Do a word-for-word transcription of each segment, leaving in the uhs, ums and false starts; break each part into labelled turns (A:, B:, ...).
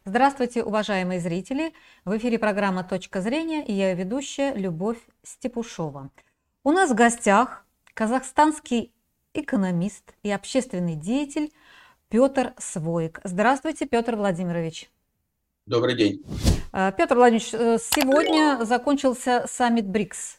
A: Здравствуйте, уважаемые зрители! В эфире программа «Точка зрения» и я ее ведущая Любовь Степушова. У нас в гостях казахстанский экономист и общественный деятель Петр Своик. Здравствуйте, Петр Владимирович.
B: Добрый день.
A: Петр Владимирович, сегодня закончился саммит БРИКС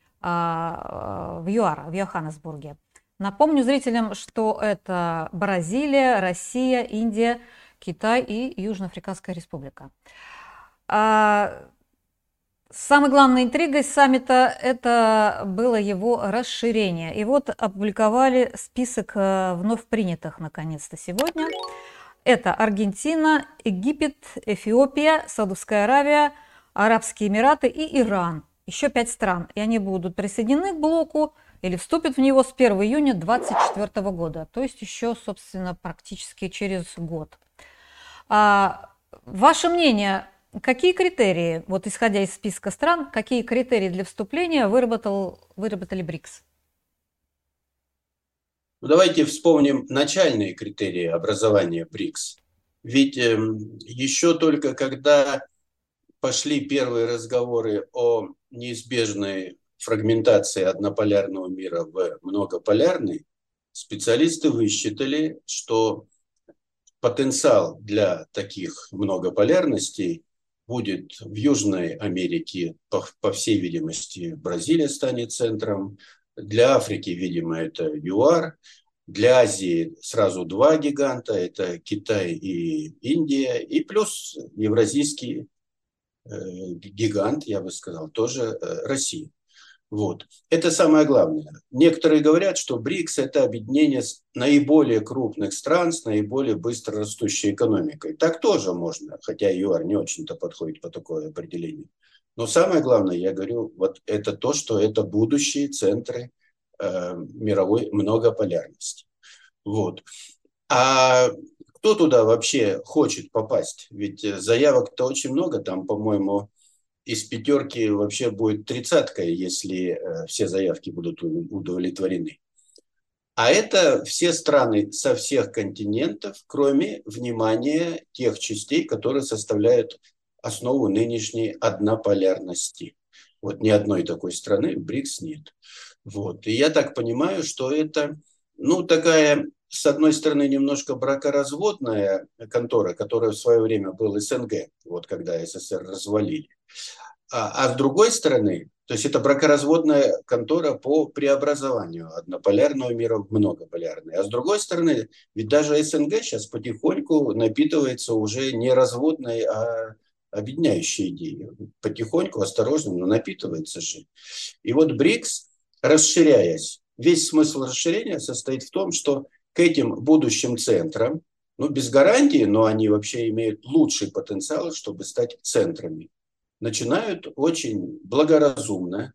A: в ЮАР, в Йоханнесбурге. Напомню зрителям, что это Бразилия, Россия, Индия, Китай и Южноафриканская республика. Самой главной интригой саммита это было его расширение. И вот опубликовали список вновь принятых наконец-то сегодня. Это Аргентина, Египет, Эфиопия, Саудовская Аравия, Арабские Эмираты и Иран. Еще пять стран. И они будут присоединены к блоку или вступят в него с первого июня две тысячи двадцать четвёртого года. То есть еще, собственно, практически через год. А, ваше мнение, какие критерии, вот исходя из списка стран, какие критерии для вступления выработал, выработали БРИКС?
B: Ну, давайте вспомним начальные критерии образования БРИКС. Ведь э, еще только когда пошли первые разговоры о неизбежной фрагментации однополярного мира в многополярный, специалисты высчитали, что потенциал для таких многополярностей будет в Южной Америке, по, по всей видимости, Бразилия станет центром. Для Африки, видимо, это ЮАР. Для Азии сразу два гиганта, это Китай и Индия. И плюс евразийский э, гигант, я бы сказал, тоже э, Россия. Вот. Это самое главное. Некоторые говорят, что БРИКС – это объединение наиболее крупных стран с наиболее быстро растущей экономикой. Так тоже можно, хотя ЮАР не очень-то подходит по такое определение. Но самое главное, я говорю, вот это то, что это будущие центры э, мировой многополярности. Вот. А кто туда вообще хочет попасть? Ведь заявок-то очень много, там, по-моему, из пятерки вообще будет тридцатка, если э, все заявки будут удовлетворены. А это все страны со всех континентов, кроме, внимания, тех частей, которые составляют основу нынешней однополярности. Вот ни одной такой страны в БРИКС нет. Вот. И я так понимаю, что это, ну, такая, с одной стороны, немножко бракоразводная контора, которая в свое время был СНГ, вот когда СССР развалили. А, а с другой стороны, то есть это бракоразводная контора по преобразованию однополярного мира в многополярный. А с другой стороны, ведь даже СНГ сейчас потихоньку напитывается уже не разводной, а объединяющей идеей. Потихоньку, осторожно, но напитывается же. И вот БРИКС, расширяясь, весь смысл расширения состоит в том, что к этим будущим центрам, ну, без гарантии, но они вообще имеют лучший потенциал, чтобы стать центрами, начинают очень благоразумно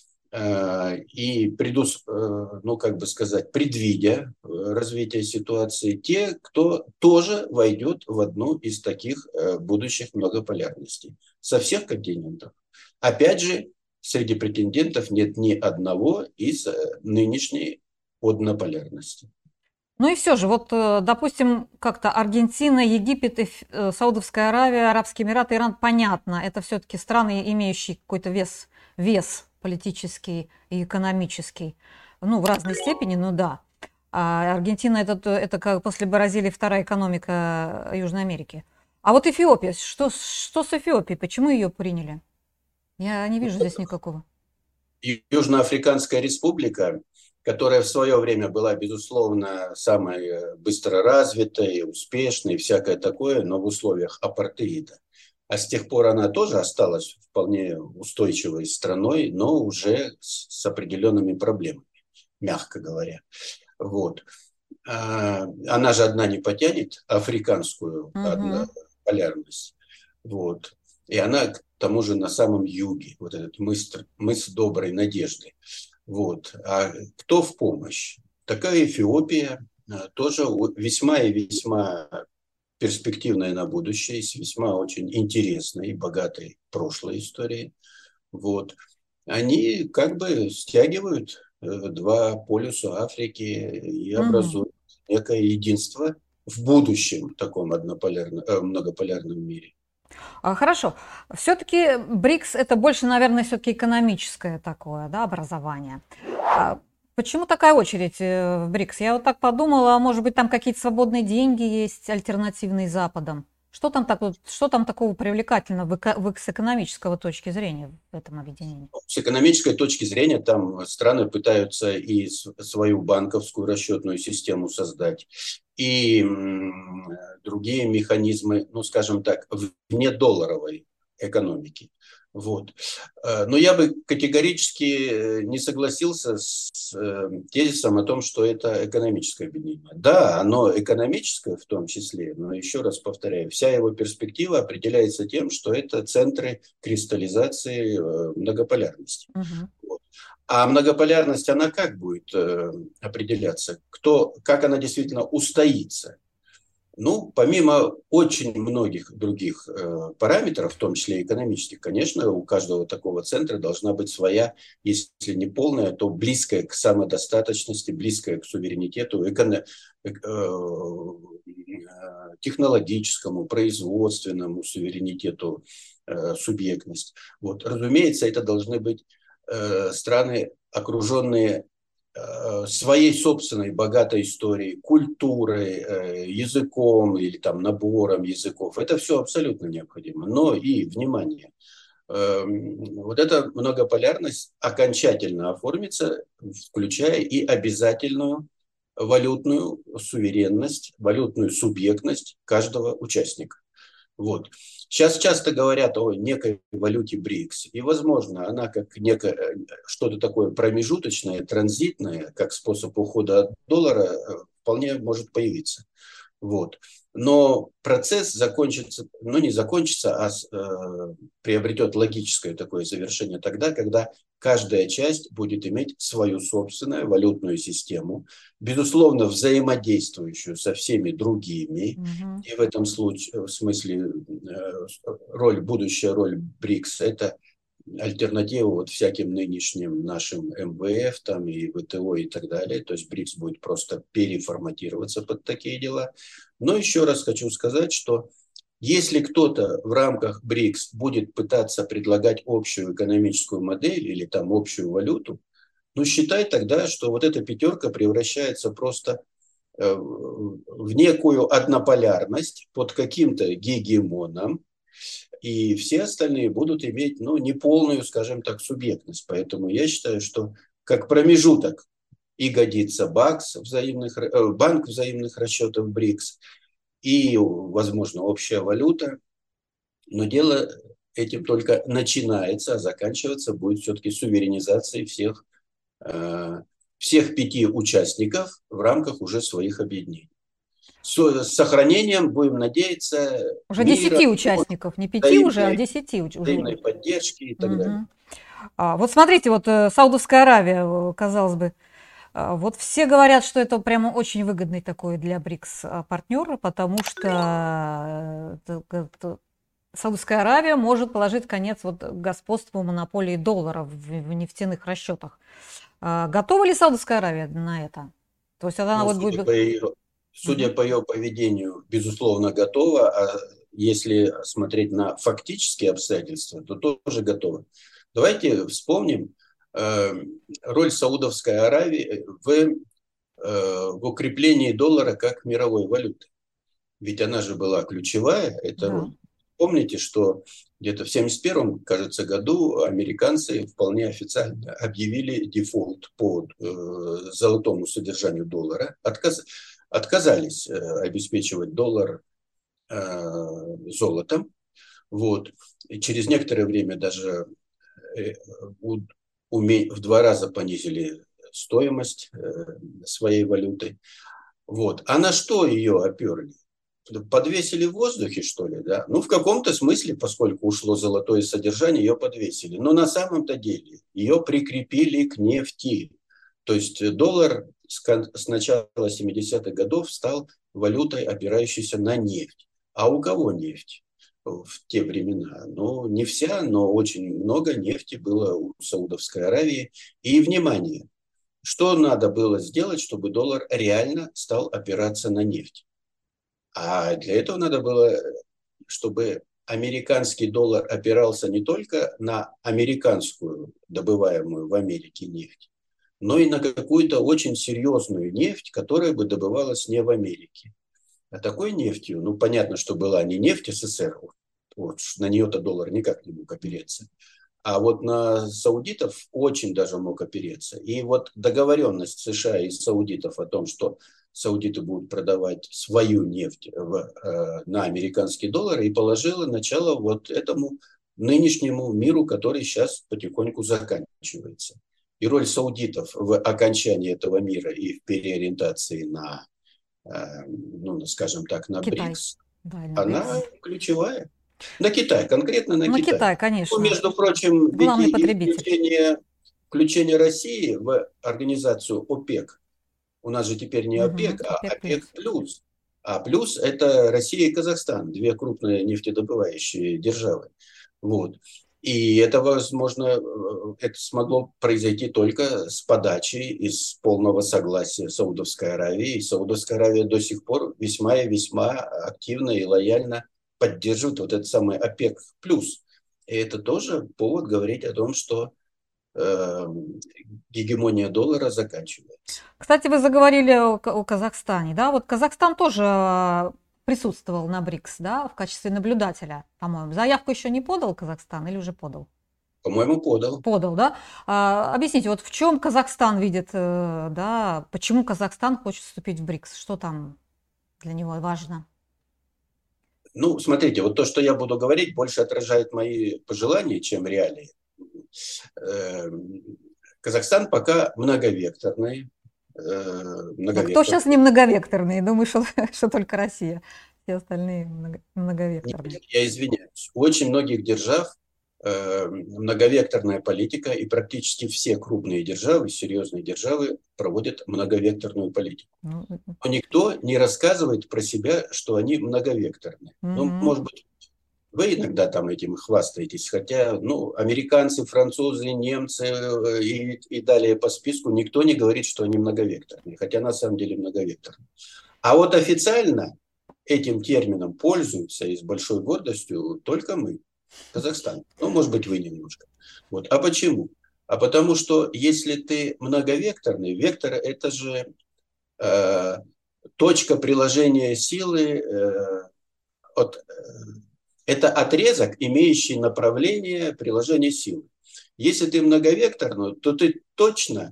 B: э, и предус, э, ну, как бы сказать, предвидя э, развитие ситуации, те, кто тоже войдет в одну из таких э, будущих многополярностей со всех континентов. Опять же, среди претендентов нет ни одного из э, нынешней однополярности.
A: Ну и все же, вот, допустим, как-то Аргентина, Египет, Эф- Саудовская Аравия, Арабские Эмираты, Иран, понятно, это все-таки страны, имеющие какой-то вес, вес политический и экономический, ну, в разной степени, ну да. А Аргентина это, это как после Бразилии вторая экономика Южной Америки. А вот Эфиопия, что, что с Эфиопией, почему ее приняли? Я не вижу здесь никакого.
B: Южноафриканская республика, которая в свое время была, безусловно, самой быстро развитой, успешной и всякое такое, но в условиях апартеида. А с тех пор она тоже осталась вполне устойчивой страной, но уже с определенными проблемами, мягко говоря. Вот. Она же одна не потянет африканскую
A: Угу.
B: полярность. Вот. И она к тому же на самом юге, вот этот мыс, мыс Доброй Надежды. Вот. А кто в помощь? Такая Эфиопия, тоже весьма и весьма перспективная на будущее, с весьма очень интересной и богатой прошлой историей. Вот. Они как бы стягивают два полюса Африки и
A: Угу.
B: образуют некое единство в будущем таком однополярном, э, многополярном мире.
A: А, Хорошо. Все-таки БРИКС это больше, наверное, все-таки экономическое такое, да, образование. А Почему такая очередь э, в БРИКС? Я вот так подумала, а может быть, там какие-то свободные деньги есть, альтернативные Западом? Что там, так, вот- что там такого привлекательного в эко- в- с экономического точки зрения в этом объединении?
B: С экономической точки зрения там страны пытаются и с- свою банковскую расчетную систему создать, и м, другие механизмы, ну, скажем так, вне долларовой экономики. Вот. Э, Но я бы категорически э, не согласился с э, тезисом о том, что это экономическое объединение. Да, оно экономическое в том числе, но еще раз повторяю, вся его перспектива определяется тем, что это центры кристаллизации э, многополярности.
A: Мгм.
B: Вот. А многополярность, она как будет э, определяться? Кто, как она действительно устоится? Ну, помимо очень многих других э, параметров, в том числе экономических, конечно, у каждого такого центра должна быть своя, если не полная, то близкая к самодостаточности, близкая к суверенитету, эко- э, э, технологическому, производственному суверенитету э, субъектность. Вот. Разумеется, это должны быть э, страны, окруженные э, своей собственной богатой историей, культурой, э, языком или там набором языков. Это все абсолютно необходимо. Но и, внимание, э, вот эта многополярность окончательно оформится, включая и обязательную валютную суверенность, валютную субъектность каждого участника. Вот. Сейчас часто говорят о некой валюте БРИКС, и, возможно, она как некое что-то такое промежуточное, транзитное, как способ ухода от доллара, э, вполне может появиться. Вот. Но процесс закончится, ну не закончится, а э, приобретет логическое такое завершение тогда, когда каждая часть будет иметь свою собственную валютную систему, безусловно, взаимодействующую со всеми другими.
A: Мгм.
B: И в этом случае, в смысле, э, роль, будущая роль БРИКС – это альтернатива вот всяким нынешним нашим эм вэ эф там, и вэ тэ о и так далее. То есть БРИКС будет просто переформатироваться под такие дела. Но еще раз хочу сказать, что если кто-то в рамках БРИКС будет пытаться предлагать общую экономическую модель или там общую валюту, ну считай тогда, что вот эта пятерка превращается просто э, в некую однополярность под каким-то гегемоном, и все остальные будут иметь, ну, неполную, скажем так, субъектность. Поэтому я считаю, что как промежуток и годится БАКС, взаимных, э, банк взаимных расчетов БРИКС, и, возможно, общая валюта. Но дело этим только начинается, а заканчиваться будет все-таки суверенизацией всех, э, всех пяти участников в рамках уже своих объединений. С, с сохранением, будем надеяться,
A: Уже
B: мира,
A: десяти участников, не пяти уже, а
B: взаимной,
A: десяти уч- уже.
B: взаимной поддержки и так далее.
A: Мгм. А, вот смотрите, вот э, Саудовская Аравия, э, казалось бы, а, вот все говорят, что это прямо очень выгодный такой для БРИКС а, партнер, потому что э, т- т- Саудовская Аравия может положить конец вот господству монополии доллара в, в нефтяных расчетах. А, готова ли Саудовская Аравия на это? То есть она
B: Но
A: вот
B: судя
A: будет...
B: по ее, судя
A: Мгм.
B: по ее поведению, безусловно, готова. А если смотреть на фактические обстоятельства, то тоже готова. Давайте вспомним э, роль Саудовской Аравии в, э, в укреплении доллара как мировой валюты. Ведь она же была ключевая, эта
A: Да.
B: роль. Помните, что где-то в семьдесят первом, кажется, году американцы вполне официально объявили дефолт по э, золотому содержанию доллара, отказ, отказались э, обеспечивать доллар э, золотом. Вот. И через некоторое время даже э, у, уме, в два раза понизили стоимость э, своей валюты. Вот. А на что ее оперли? Подвесили в воздухе, что ли, да? Ну, в каком-то смысле, поскольку ушло золотое содержание, ее подвесили. Но на самом-то деле ее прикрепили к нефти. То есть доллар с начала семидесятых годов стал валютой, опирающейся на нефть. А у кого нефть в те времена? Ну, не вся, но очень много нефти было у Саудовской Аравии. И, внимание, что надо было сделать, чтобы доллар реально стал опираться на нефть? А для этого надо было, чтобы американский доллар опирался не только на американскую, добываемую в Америке нефть, но и на какую-то очень серьезную нефть, которая бы добывалась не в Америке. А такой нефтью, ну, понятно, что была не нефть СССР, вот, на нее-то доллар никак не мог опереться, а вот на саудитов очень даже мог опереться. И вот договоренность США и саудитов о том, что саудиты будут продавать свою нефть в, э, на американские доллары, и положила начало вот этому нынешнему миру, который сейчас потихоньку заканчивается. И роль саудитов в окончании этого мира и в переориентации на, э, ну, скажем так, на
A: Китай.
B: БРИКС,
A: Да, или на БРИКС.
B: она ключевая. На Китай, конкретно на
A: На
B: Китай.
A: Китай,
B: Ну,
A: конечно.
B: между прочим, ведь
A: Главный
B: и
A: потребитель.
B: включение, включение России в организацию ОПЕК, у нас же теперь не ОПЕК,
A: Угу.
B: а
A: ОПЕК
B: ОПЕК
A: плюс.
B: плюс. А плюс это Россия и Казахстан, две крупные нефтедобывающие державы. Вот. И это, возможно, это смогло произойти только с подачей из полного согласия Саудовской Аравии. И Саудовская Аравия до сих пор весьма и весьма активно и лояльно поддерживает вот этот самый ОПЕК+. И это тоже повод говорить о том, что э, гегемония доллара заканчивается.
A: Кстати, вы заговорили о, о Казахстане, да? Вот Казахстан тоже присутствовал на БРИКС, да, в качестве наблюдателя, по-моему. Заявку еще не подал Казахстан или уже подал?
B: По-моему, подал.
A: Подал, да? А, объясните, вот в чем Казахстан видит, да, почему Казахстан хочет вступить в БРИКС? Что там для него важно?
B: Ну, смотрите, вот то, что я буду говорить, больше отражает мои пожелания, чем реалии. Казахстан пока многовекторный.
A: А кто сейчас не многовекторный? Думаю, что, что только Россия. Все остальные много, многовекторные.
B: Нет, я извиняюсь. У очень многих держав многовекторная политика, и практически все крупные державы, серьезные державы проводят многовекторную политику. Но никто не рассказывает про себя, что они многовекторные. Угу. Ну, может быть, вы иногда там этим хвастаетесь, хотя, ну, американцы, французы, немцы и, и далее по списку, никто не говорит, что они многовекторные, хотя на самом деле многовекторные. А вот официально этим термином пользуются и с большой гордостью только мы, Казахстан. Ну, может быть, вы немножко. Вот. А почему? А потому что если ты многовекторный, вектор – это же э, точка приложения силы э, от… Э, это отрезок, имеющий направление приложения силы. Если ты многовекторный, то ты точно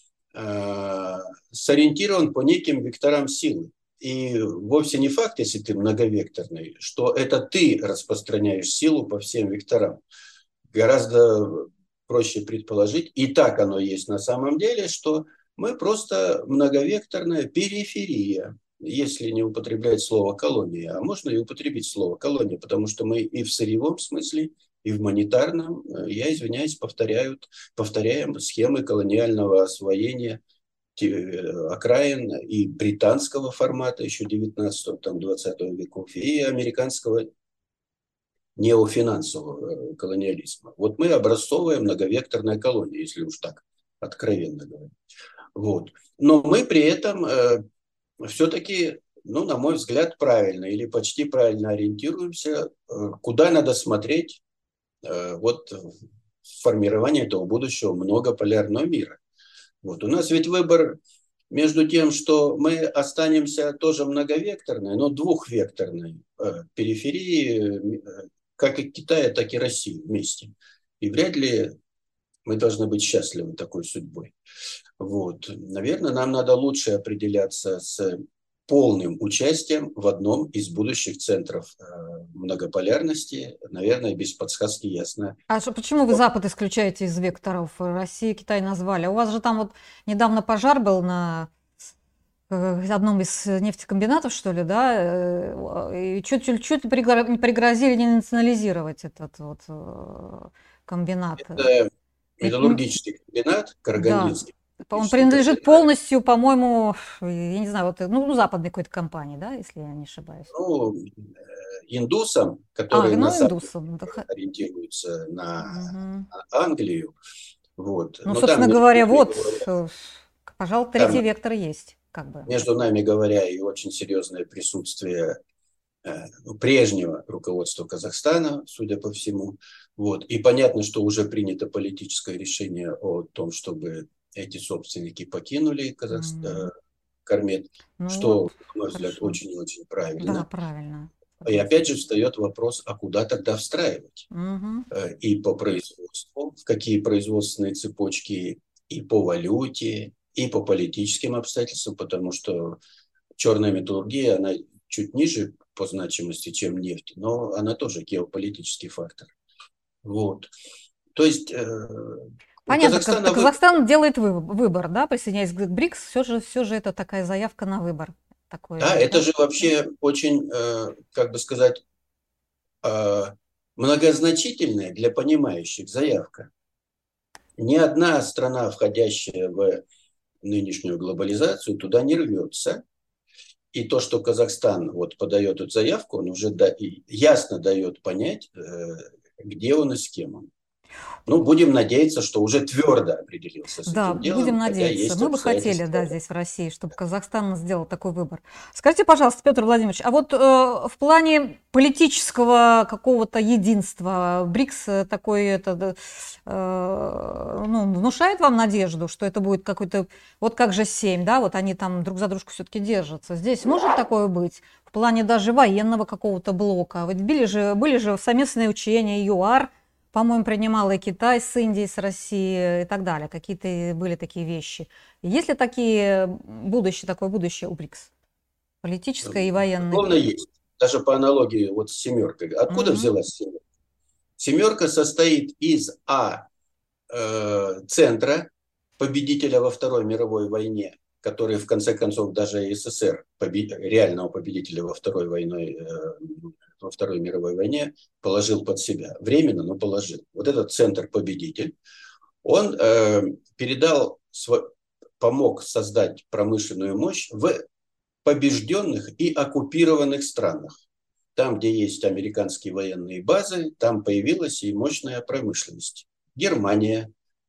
B: э, сориентирован по неким векторам силы. И вовсе не факт, если ты многовекторный, что это ты распространяешь силу по всем векторам. Гораздо проще предположить, и так оно есть на самом деле, что мы просто многовекторная периферия, если не употреблять слово колония, а можно и употребить слово колония, потому что мы и в сырьевом смысле, и в монетарном, я извиняюсь, повторяют, повторяем схемы колониального освоения окраин и британского формата еще девятнадцатого-двадцатого веков, и американского неофинансового колониализма. Вот мы образцовая многовекторная колония, если уж так откровенно говорить. Вот. Но мы при этом э, все-таки, ну, на мой взгляд, правильно или почти правильно ориентируемся, э, куда надо смотреть э, вот в формировании этого будущего многополярного мира. Вот. У нас ведь выбор между тем, что мы останемся тоже многовекторной, но двухвекторной э, периферии, э, как и Китая, так и России вместе. И вряд ли мы должны быть счастливы такой судьбой. Вот. Наверное, нам надо лучше определяться с полным участием в одном из будущих центров э, многополярности. Наверное, без подсказки ясно.
A: А что, почему вы Запад исключаете из векторов? Россия и Китай назвали. А у вас же там вот недавно пожар был на одном из нефтекомбинатов, что ли, да? И чуть-чуть пригрозили не национализировать этот вот комбинат.
B: Это металлургический комбинат Карагандинский.
A: Да. Он принадлежит полностью, по-моему, я не знаю, вот, ну, западной какой-то компании, да, если я не ошибаюсь.
B: Ну, индусам, которые
A: а, ну,
B: на самом
A: индусам,
B: деле ориентируются на
A: угу.
B: Англию. Вот.
A: Ну,
B: но
A: собственно
B: там
A: говоря,
B: не
A: вот, пожалуйста, третий
B: там,
A: вектор есть. как бы.
B: Между нами говоря, и очень серьезное присутствие прежнего руководства Казахстана, судя по всему. Вот. И понятно, что уже принято политическое решение о том, чтобы эти собственники покинули Казахстан,
A: Mm.
B: Кармет,
A: Ну
B: что,
A: вот,
B: на мой взгляд,
A: хорошо.
B: очень и очень правильно.
A: Да, правильно.
B: И опять же встает вопрос, а куда тогда встраивать?
A: Угу.
B: И по производству, в какие производственные цепочки, и по валюте, и по политическим обстоятельствам, потому что черная металлургия, она чуть ниже по значимости, чем нефть, но она тоже геополитический фактор. Вот. То есть э, у
A: Понятно, так,
B: Казахстана
A: так
B: выбор.
A: Казахстан делает выбор, да, присоединяясь к БРИКС, все же, все же это такая заявка на выбор. Такой,
B: Да, это
A: да?
B: же вообще очень, э, как бы сказать, э, многозначительная для понимающих заявка. Ни одна страна, входящая в нынешнюю глобализацию, туда не рвется. И то, что Казахстан вот подает эту заявку, он уже да, ясно дает понять, где он и с кем он. Ну, будем надеяться, что уже твердо определился с
A: Да,
B: этим
A: будем
B: делом, хотя
A: надеяться.
B: есть
A: Мы бы хотели, да,
B: обстоятельства.
A: здесь в России, чтобы Казахстан сделал такой выбор. Скажите, пожалуйста, Петр Владимирович, а вот э, в плане политического какого-то единства БРИКС такой это, э, ну, внушает вам надежду, что это будет какой-то, вот как же семь, да, вот они там друг за дружку все-таки держатся. Здесь может такое быть? В плане даже военного какого-то блока. Ведь были же, были же совместные учения ЮАР, по-моему, принимал и Китай с Индией, с Россией и так далее. Какие-то были такие вещи. Есть ли такие будущее, такое будущее у БРИКС? Политическое и военное?
B: Безусловно, есть. Даже по аналогии вот с семеркой. Откуда
A: Угу.
B: взялась семерка? Семерка состоит из А э, центра, победителя во Второй мировой войне, который в конце концов даже СССР, побед... реального победителя во Второй, войной, э, во Второй мировой войне, положил под себя. Временно, но положил. Вот этот центр-победитель, он э, передал, св... помог создать промышленную мощь в побежденных и оккупированных странах. Там, где есть американские военные базы, там появилась и мощная промышленность. Германия,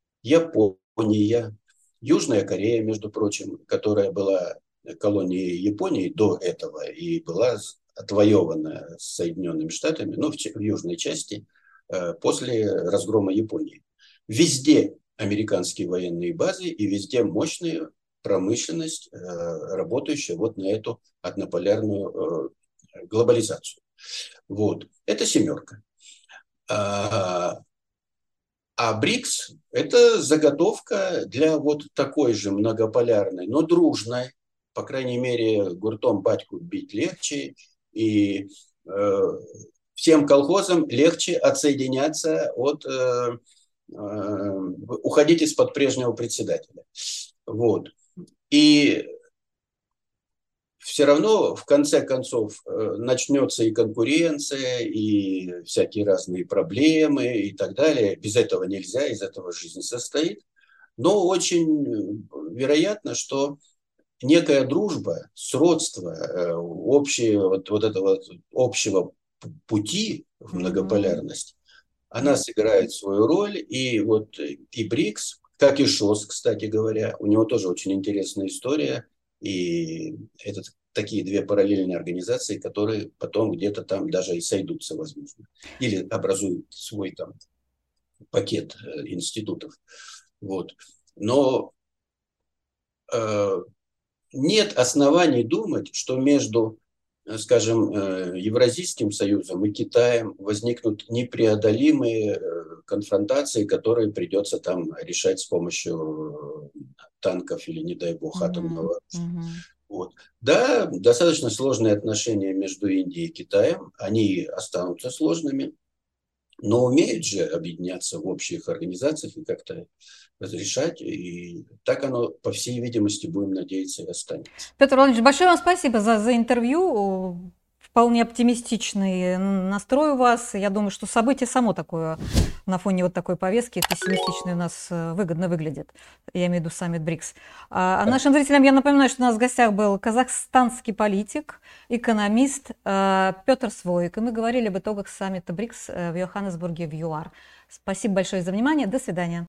B: Япония, Южная Корея, между прочим, которая была колонией Японии до этого и была отвоевана Соединенными Штатами, ну, в, в южной части, э, после разгрома Японии. Везде американские военные базы и везде мощная промышленность, э, работающая вот на эту однополярную э, глобализацию. Вот. Это семерка. А, а БРИКС – это заготовка для вот такой же многополярной, но дружной, по крайней мере, гуртом батьку бить легче, и э, всем колхозам легче отсоединяться от, э, э, уходить из-под прежнего председателя. Вот. И все равно, в конце концов, начнется и конкуренция, и всякие разные проблемы и так далее. Без этого нельзя, из этого жизнь состоит. Но очень вероятно, что некая дружба, сродство, общее, вот, вот этого общего пути в многополярность, она сыграет свою роль. И вот и БРИКС, как и ШОС, кстати говоря, у него тоже очень интересная история. И это такие две параллельные организации, которые потом где-то там даже и сойдутся, возможно. Или образуют свой там пакет институтов. Вот. Но э, нет оснований думать, что между, скажем, Евразийским союзом и Китаем возникнут непреодолимые конфронтации, которые придется там решать с помощью танков или, не дай бог, атомного оружия.
A: Mm-hmm.
B: Вот. Да, достаточно сложные отношения между Индией и Китаем, они останутся сложными, но умеют же объединяться в общих организациях и как-то разрешать, и так оно, по всей видимости, будем надеяться, и останется.
A: Петр Владимирович, большое вам спасибо за, за интервью. Вполне оптимистичный настрой у вас. Я думаю, что событие само такое на фоне вот такой повестки пессимистичной у нас выгодно выглядит. Я имею в виду саммит БРИКС. А, а нашим зрителям я напоминаю, что у нас в гостях был казахстанский политик, экономист Петр Своик. И мы говорили об итогах саммита БРИКС в Йоханнесбурге в ЮАР. Спасибо большое за внимание. До свидания.